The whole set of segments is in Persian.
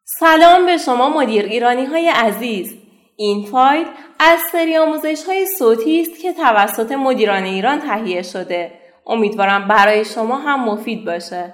سلام به شما مدیر ایرانی های عزیز. این فایل از سری آموزش های صوتی است که توسط مدیران ایران تهیه شده. امیدوارم برای شما هم مفید باشه.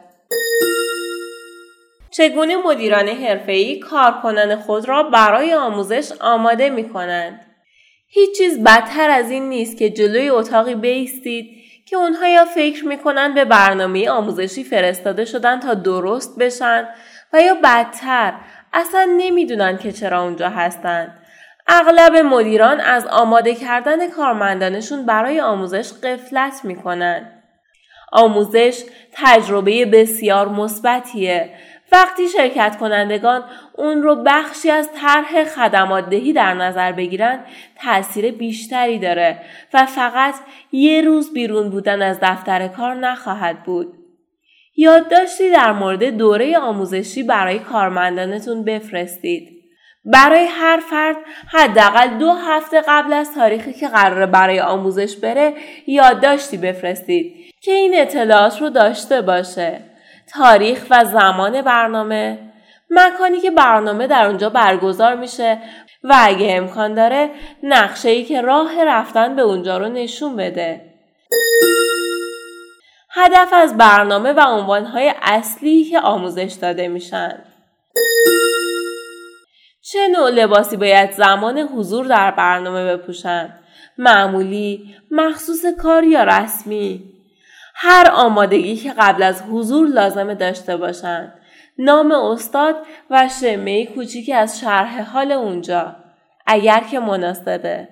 چگونه مدیران حرفه‌ای کارکنان خود را برای آموزش آماده می کنند؟ هیچ چیز بدتر از این نیست که جلوی اتاقی بایستید که اونها یا فکر می کنند به برنامه آموزشی فرستاده شدن تا درست بشن و یا بدتر اصلا نمیدونن که چرا اونجا هستن. اغلب مدیران از آماده کردن کارمندانشون برای آموزش غفلت میکنن. آموزش تجربه بسیار مثبتیه. وقتی شرکت کنندگان اون رو بخشی از طرح خدمات دهی در نظر بگیرن، تأثیر بیشتری داره و فقط یه روز بیرون بودن از دفتر کار نخواهد بود. یادداشتی در مورد دوره آموزشی برای کارمندانتون بفرستید. برای هر فرد حداقل 2 هفته قبل از تاریخی که قراره برای آموزش بره یادداشتی بفرستید که این اطلاعات رو داشته باشه. تاریخ و زمان برنامه، مکانی که برنامه در اونجا برگزار میشه و اگه امکان داره نقشه‌ای که راه رفتن به اونجا رو نشون بده. هدف از برنامه و عنوانهای اصلی که آموزش داده میشن. چه نوع لباسی باید زمان حضور در برنامه بپوشن؟ معمولی، مخصوص کار یا رسمی؟ هر آمادگی که قبل از حضور لازمه داشته باشن. نام استاد و شمه کوچیکی از شرح حال اونجا، اگر که مناسبه.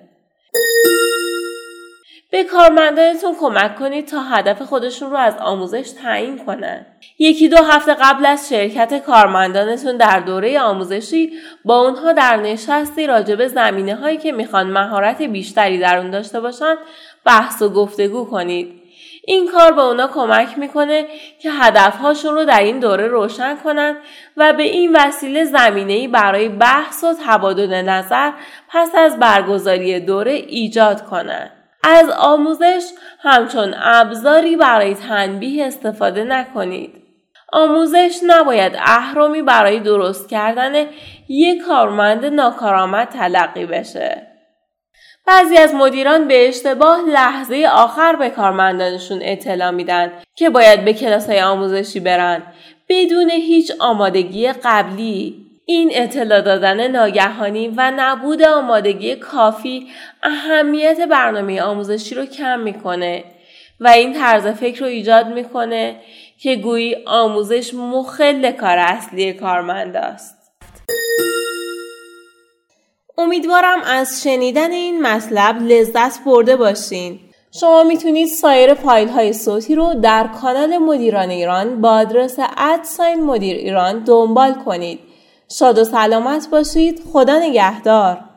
به کارمندانتون کمک کنید تا هدف خودشون رو از آموزش تعیین کنن. 1-2 هفته قبل از شرکت کارمندانتون در دوره آموزشی با اونها در نشستی راجع به زمینه‌هایی که میخوان مهارت بیشتری در اون داشته باشن بحث و گفتگو کنید. این کار به اونا کمک میکنه که هدفهاشون رو در این دوره روشن کنن و به این وسیله زمینه‌ای برای بحث و تبادل نظر پس از برگزاری دوره ایجاد کنن. از آموزش همچون ابزاری برای تنبیه استفاده نکنید. آموزش نباید اهرمی برای درست کردن یک کارمند ناکارآمد تلقی بشه. بعضی از مدیران به اشتباه لحظه آخر به کارمندانشون اطلاع میدن که باید به کلاس‌های آموزشی برن بدون هیچ آمادگی قبلی. این اطلاع دادن ناگهانی و نبود آمادگی کافی اهمیت برنامه آموزشی رو کم میکنه و این طرز فکر رو ایجاد میکنه که گویی آموزش مخل کار اصلی کارمند است. امیدوارم از شنیدن این مطلب لذت برده باشین. شما میتونید سایر فایل های صوتی رو در کانال مدیران ایران با آدرس @مدیر ایران دنبال کنید. شاد و سلامت باشید. خدا نگهدار.